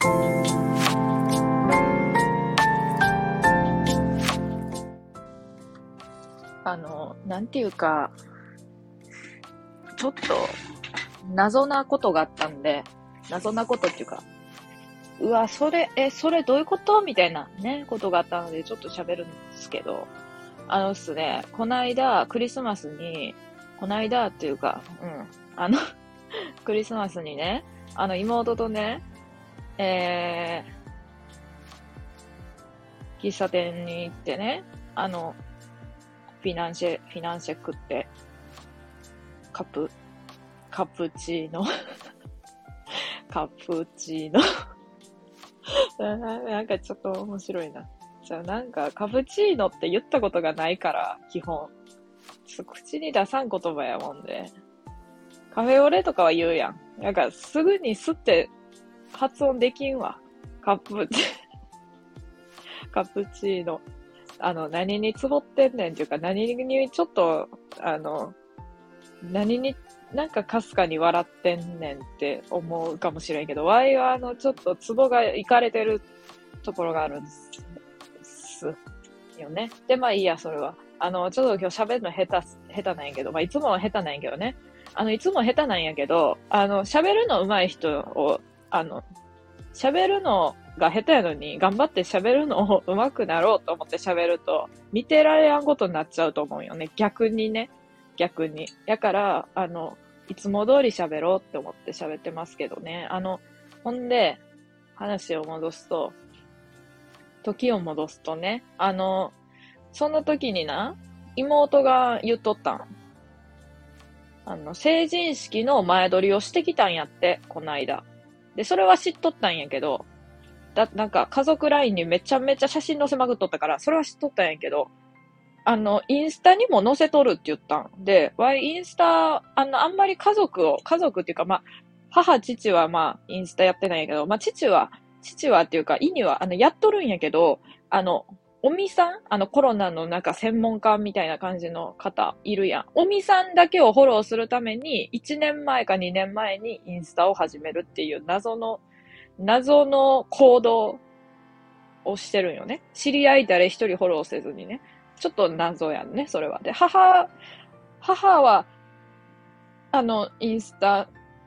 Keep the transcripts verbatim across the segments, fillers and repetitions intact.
あの、なんていうか、ちょっと謎なことがあったんで、謎なことっていうか、うわ、それ、え、それどういうことみたいなね、ことがあったので、ちょっと喋るんですけど、あのっすね、こないだ、クリスマスに、こないだっていうか、うん、あの、クリスマスにね、あの、妹とね、えー、喫茶店に行ってね、あの、フィナンシェ、フィナンシェ食って、カップ、カプチーノ、カプチーノ、ななんかちょっと面白いな。じゃあなんか、カプチーノって言ったことがないから、基本。ちょっと口に出さん言葉やもんで。カフェオレとかは言うやん。なんか、すぐに吸って発音できんわ。カプチ、カプチーノ。あの、何につぼってんねんっていうか、何にちょっと、あの、何になんかかすかに笑ってんねんって思うかもしれんけど、ワイはあの、ちょっとツボがいかれてるところがあるんですよね。で、まあいいや、それは。あの、ちょっと今日喋るの下手、下手なんやけど、まあいつもは下手なんやけどね。あの、いつも下手なんやけど、あの、喋るの上手い人を、あの、喋るのが下手やのに、頑張って喋るのを上手くなろうと思って喋ると、見てられやんことになっちゃうと思うよね。逆にね。逆に。やから、あの、いつも通り喋ろうって思って喋ってますけどね。あの、ほんで、話を戻すと、時を戻すとね、あの、その時にな、妹が言っとったん。あの、成人式の前撮りをしてきたんやって、こないだ。で、それは知っとったんやけど、だ、なんか家族ラインにめちゃめちゃ写真載せまくっとったから、それは知っとったんやけど、あの、インスタにも載せとるって言ったんで、わい、インスタ、あの、あんまり家族を、家族っていうか、まあ、母、父はまあ、インスタやってないんやけど、まあ、父は、父はっていうか、意には、あの、やっとるんやけど、あの、おみさんあの、コロナのなんか専門家みたいな感じの方いるやん。おみさんだけをフォローするために、いちねんまえかにねんまえにインスタを始めるっていう謎の、謎の行動をしてるんよね。知り合い誰一人フォローせずにね。ちょっと謎やんね、それは。で、母、母は、あの、インスタ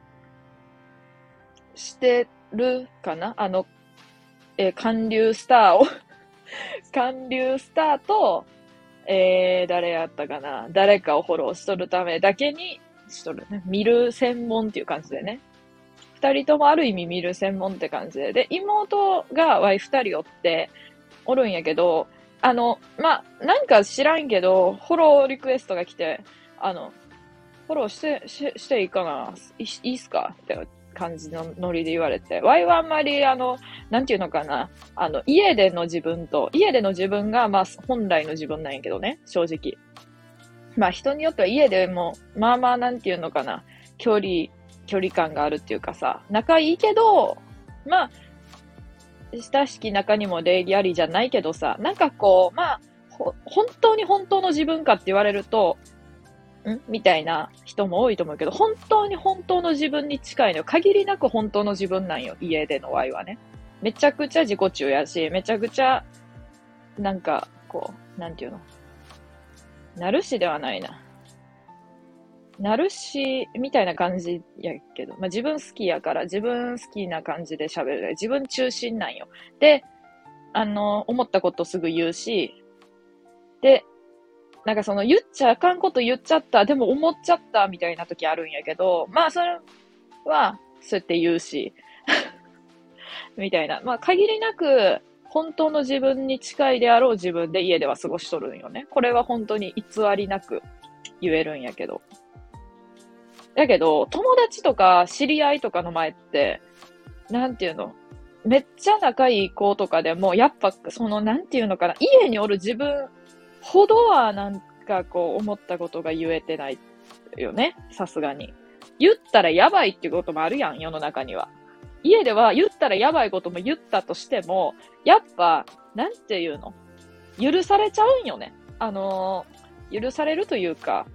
してるかなあの、えー、韓流スターを韓流スターと、えー、誰やったかな誰かをフォローしとるためだけにしとるね。見る専門っていう感じでね。二人ともある意味見る専門って感じで。で、妹がワイ二人おって、おるんやけど、あの、まあ、なんか知らんけど、フォローリクエストが来て、あの、フォローして、し、していいかないいいいっすかって感じのノリで言われて。ワイはあんまり、あの、なんていうのかな。あの、家での自分と、家での自分が、まあ、本来の自分なんやけどね、正直。まあ、人によっては家でも、まあまあ、なんていうのかな。距離、距離感があるっていうかさ、仲いいけど、まあ、親しき中にも礼儀ありじゃないけどさ、なんかこう、まあ、ほ、本当に本当の自分かって言われると、んみたいな人も多いと思うけど、本当に本当の自分に近いのよ。限りなく本当の自分なんよ。家でのワイはね。めちゃくちゃ自己中やし、めちゃくちゃ、なんか、こう、なんていうの。ナルシではないな。ナルシみたいな感じやけど、まあ、自分好きやから自分好きな感じで喋る。自分中心なんよ。で、あの、思ったことすぐ言うし、で、なんかその言っちゃあかんこと言っちゃった、でも思っちゃったみたいな時あるんやけど、まあそれは、そうやって言うし、みたいな。まあ限りなく、本当の自分に近いであろう自分で家では過ごしとるんよね。これは本当に偽りなく言えるんやけど。だけど、友達とか知り合いとかの前って、なんていうのめっちゃ仲いい子とかでも、やっぱ、その、なんていうのかな、家におる自分ほどは、なんかこう、思ったことが言えてないよね。さすがに。言ったらやばいっていうこともあるやん、世の中には。家では言ったらやばいことも言ったとしても、やっぱ、なんていうの許されちゃうんよね。あのー、許されるというか、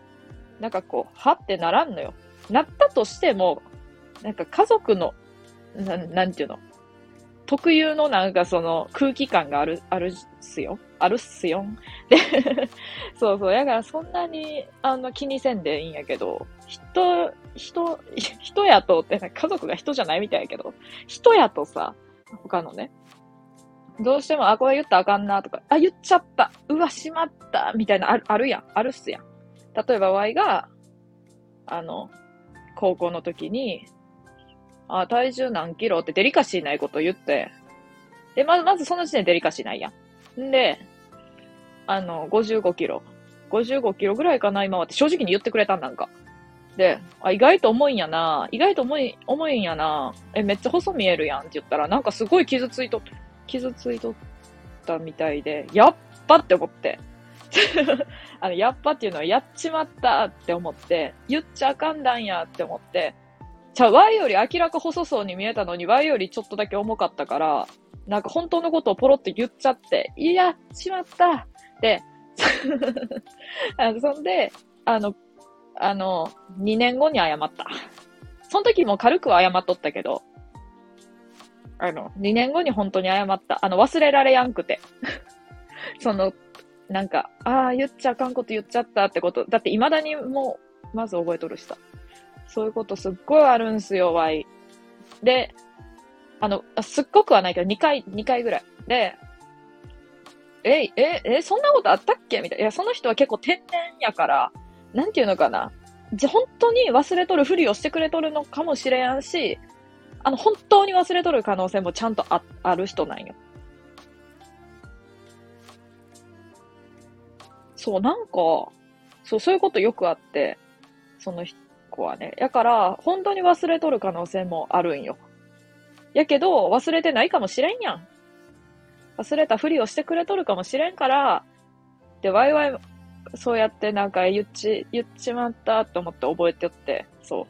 なんかこう、はってならんのよ。なったとしても、なんか家族のな、なんていうの、特有のなんかその空気感がある、あるっすよ。あるっすよ。で、そうそう。だからそんなに、あの、気にせんでいいんやけど、人、人、人やとって、家族が人じゃないみたいやけど、人やとさ、他のね、どうしても、あ、これ言ったらあかんなとか、あ、言っちゃった。うわ、しまった。みたいな、ある、あるやん。あるっすやん。例えば、ワイが、あの、高校の時に、あ、体重何キロってデリカシーないこと言って、で、まず、まずその時点でデリカシーないやん。んで、あの、ごじゅうごキロ。ごじゅうごキロぐらいかな、今はって正直に言ってくれたんなんか。で、あ、意外と重いんやな。意外と重い、重いんやな。え、めっちゃ細見えるやんって言ったら、なんかすごい傷ついと、傷ついとったみたいで、やっぱって思って。あの、やっぱっていうのはやっちまったって思って、言っちゃあかんだんやって思って、じゃあ Y より明らか細そうに見えたのに Y よりちょっとだけ重かったから、なんか本当のことをポロって言っちゃって、いや、しまったで、あのそんで、あの、あの、にねんごに謝った。その時も軽くは謝っとったけど、あの、にねんごに本当に謝った。あの、忘れられやんくて。その、なんか、ああ、言っちゃあかんこと言っちゃったってこと。だって未だにもう、まず覚えとるしさ。そういうことすっごいあるんすよ、ワイ。で、あの、すっごくはないけど、にかい、にかいぐらい。で、え、え、え、そんなことあったっけみたいな。いや、その人は結構天然やから、なんていうのかな。じゃ、本当に忘れとるふりをしてくれとるのかもしれんし、あの、本当に忘れとる可能性もちゃんとあ、ある人なんよ。そう、なんか、そう、そういうことよくあって、その子はね。やから、本当に忘れとる可能性もあるんよ。やけど、忘れてないかもしれんやん。忘れたふりをしてくれとるかもしれんから、で、ワイワイ、そうやってなんか言っち、言っちまったと思って覚えてって、そう。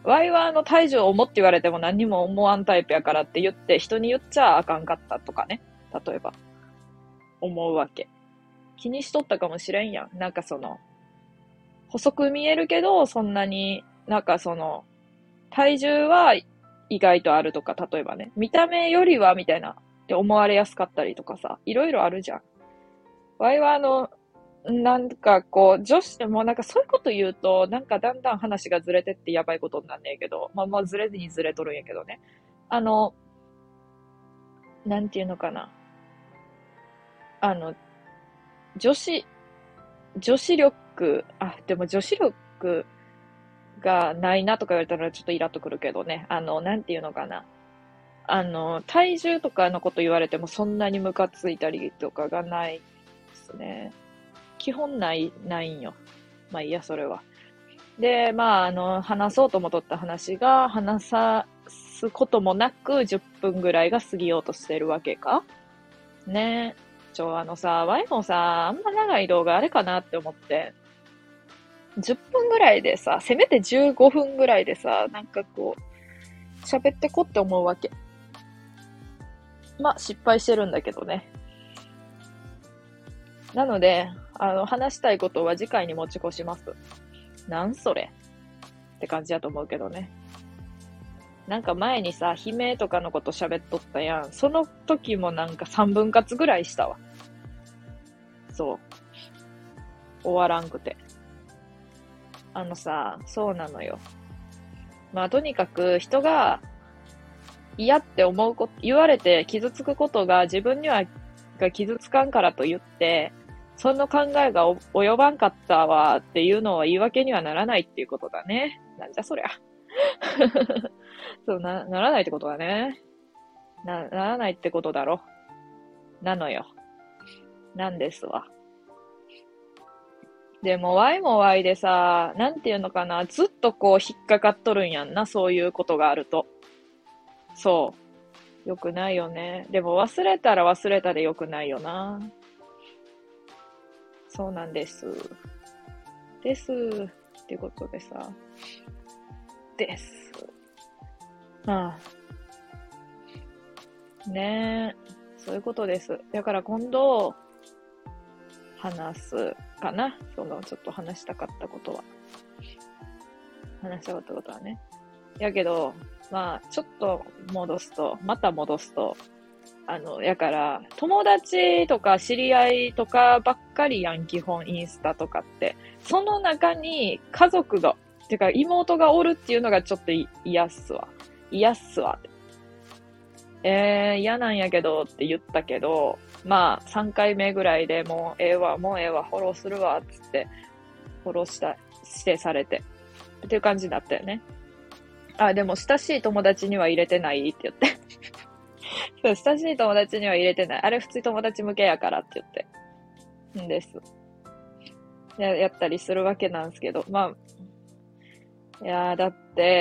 ワイはあの体重重って言われても何にも思わんタイプやからって言って、人に言っちゃあかんかったとかね。例えば、思うわけ。気にしとったかもしれんやん。なんかその、細く見えるけど、そんなに、なんかその、体重は意外とあるとか、例えばね、見た目よりはみたいなって思われやすかったりとかさ、いろいろあるじゃん。ワイはあの、なんかこう、女子でもなんかそういうこと言うと、なんかだんだん話がずれてってやばいことになんねえけど、まあまあずれずにずれとるんやけどね。あの、なんていうのかな。あの、女子、女子力、あ、でも女子力がないなとか言われたらちょっとイラっとくるけどね。あの、なんていうのかな。あの、体重とかのこと言われてもそんなにムカついたりとかがないですね。基本ない、ないんよ。まあいいや、それは。で、まあ、あの、話そうともとった話が、話さすこともなくじゅっぷんぐらいが過ぎようとしてるわけかね。ちょ、あのさ、ワイもさ、あんま長い動画あれかなって思って、じゅっぷんぐらいでさ、せめてじゅうごふんぐらいでさ、なんかこう、喋ってこって思うわけ。まあ、失敗してるんだけどね。なので、あの、話したいことは次回に持ち越します。なんそれって感じだと思うけどね。なんか前にさ、悲鳴とかのこと喋っとったやん。その時もなんかさんぶん割ぐらいしたわ。そう。終わらんくて。あのさ、そうなのよ。まあとにかく人が嫌って思うこと、言われて傷つくことが自分にはが傷つかんからと言って、その考えが及ばんかったわっていうのは言い訳にはならないっていうことだね。なんじゃそりゃ。そうな、ならないってことだね。な、ならないってことだろ。なのよ。なんですわ。でも、Y も Y でさ、なんていうのかな、ずっとこう引っかかっとるんやんな、そういうことがあると。そう。よくないよね。でも忘れたら忘れたでよくないよな。そうなんです。です。ってことでさ。です。ああ。ねえ。そういうことです。だから今度、話すかな。その、ちょっと話したかったことは。話したかったことはね。やけど、 まあ、ちょっと戻すと、また戻すと、あの、やから、友達とか知り合いとかばっかりやん、基本インスタとかって。その中に家族が、てか妹がおるっていうのがちょっと嫌っすわ。嫌っすわ。えー、嫌なんやけどって言ったけど、まあ、さんかいめぐらいでもうええわ、もうええわ、フォローするわ、つって、フォローした、してされて。っていう感じになったよね。あ、でも親しい友達には入れてないって言って。そう、親しい友達には入れてない。あれ普通友達向けやからって言って。んです。や、やったりするわけなんですけど。まあ、いやーだって、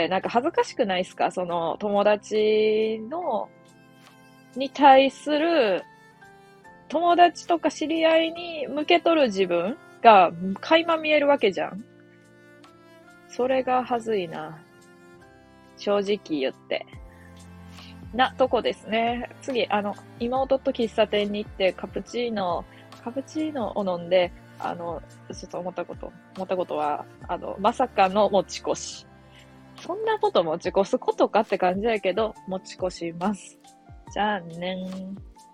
なんか恥ずかしくないっすか？その友達の、に対する、友達とか知り合いに向けとる自分が垣間見えるわけじゃん。それが恥ずいな。正直言って。なとこですね。次、あの、妹と喫茶店に行ってカプチーノ、カプチーノを飲んで、あの、ちょっと思ったこと、思ったことは、あの、まさかの持ち越し。そんなこと持ち越すことかって感じやけど、持ち越します。じゃあねん。